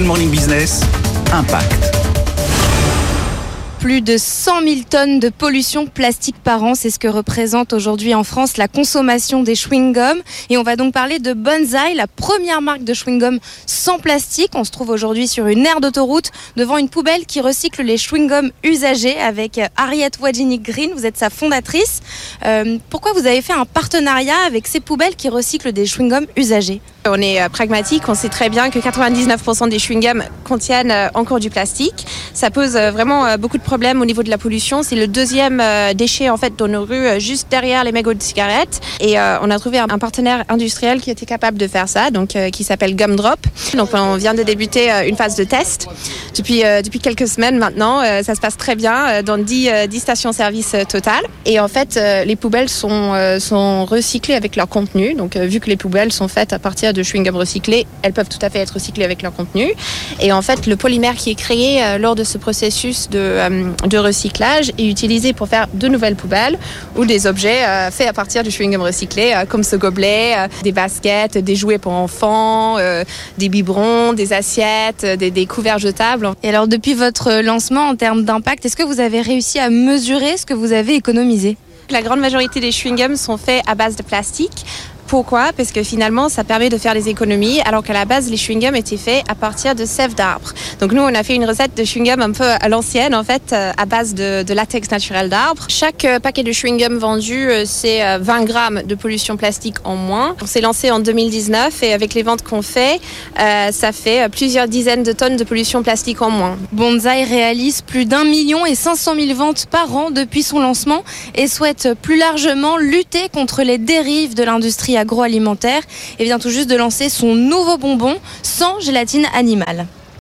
Good Morning Business, Impact. Plus de 100 000 tonnes de pollution plastique par an, c'est ce que représente aujourd'hui en France la consommation des chewing-gums. Et on va donc parler de Bonsai, la première marque de chewing-gum sans plastique. On se trouve aujourd'hui sur une aire d'autoroute devant une poubelle qui recycle les chewing-gums usagés avec Harriet Wajcinic-Green. Vous êtes sa fondatrice. Pourquoi vous avez fait un partenariat avec ces poubelles qui recyclent des chewing-gums usagés ? On est pragmatique, on sait très bien que 99% des chewing-gums contiennent encore du plastique. Ça pose vraiment beaucoup de problèmes au niveau de la pollution. C'est le deuxième déchet en fait dans nos rues, juste derrière les mégots de cigarettes. Et on a trouvé un partenaire industriel qui était capable de faire ça, donc qui s'appelle Gumdrop. Donc on vient de débuter une phase de test depuis quelques semaines maintenant. Ça se passe très bien dans 10 stations-service totales. Et en fait, les poubelles sont recyclées avec leur contenu. Donc vu que les poubelles sont faites à partir de chewing-gum recyclés, elles peuvent tout à fait être recyclées avec leur contenu. Et en fait, le polymère qui est créé lors de ce processus de recyclage est utilisé pour faire de nouvelles poubelles ou des objets faits à partir du chewing-gum recyclé, comme ce gobelet, des baskets, des jouets pour enfants, des biberons, des assiettes, des couverts jetables. Et alors, depuis votre lancement en termes d'impact, est-ce que vous avez réussi à mesurer ce que vous avez économisé ? La grande majorité des chewing-gums sont faits à base de plastique. Pourquoi ? Parce que finalement, ça permet de faire des économies, alors qu'à la base, les chewing-gums étaient faits à partir de sève d'arbre. Donc nous, on a fait une recette de chewing-gum un peu à l'ancienne, en fait, à base de latex naturel d'arbre. Chaque paquet de chewing-gum vendu, c'est 20 grammes de pollution plastique en moins. On s'est lancé en 2019 et avec les ventes qu'on fait, ça fait plusieurs dizaines de tonnes de pollution plastique en moins. Bonsai réalise plus d'1 500 000 ventes par an depuis son lancement et souhaite plus largement lutter contre les dérives de l'industrie agroalimentaire et vient tout juste de lancer son nouveau bonbon sans gélatine animale.